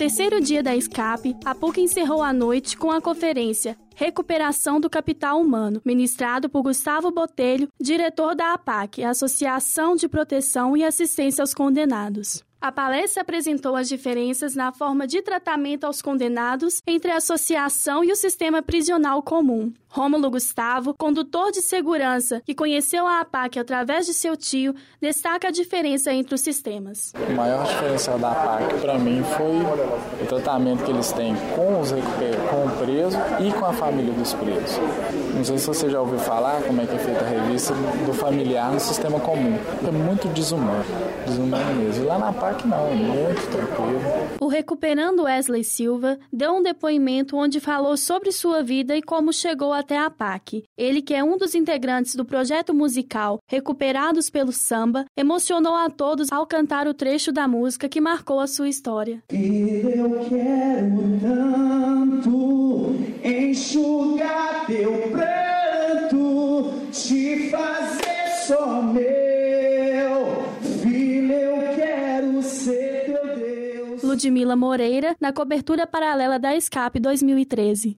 terceiro dia da SCAP, a PUC encerrou a noite com a conferência Recuperação do Capital Humano, ministrado por Gustavo Botelho, diretor da APAC, Associação de Proteção e Assistência aos Condenados. A palestra apresentou as diferenças na forma de tratamento aos condenados entre a associação e o sistema prisional comum. Rômulo Gustavo, condutor de segurança que conheceu a APAC através de seu tio, destaca a diferença entre os sistemas. O maior diferencial da APAC, para mim, foi o tratamento que eles têm com o preso e com a família dos presos. Não sei se você já ouviu falar como é que é feita a revista do familiar no sistema comum. É muito desumano mesmo. E lá na APAC não, é muito tranquilo. O Recuperando Wesley Silva deu um depoimento onde falou sobre sua vida e como chegou até a APAC. Ele, que é um dos integrantes do projeto musical Recuperados pelo Samba, emocionou a todos ao cantar o trecho da música que marcou a sua história. E eu quero tanto enxugar teu pranto, te fazer só meu filho, eu quero ser teu Deus. Ludmila Moreira, na cobertura paralela da SCAP 2013.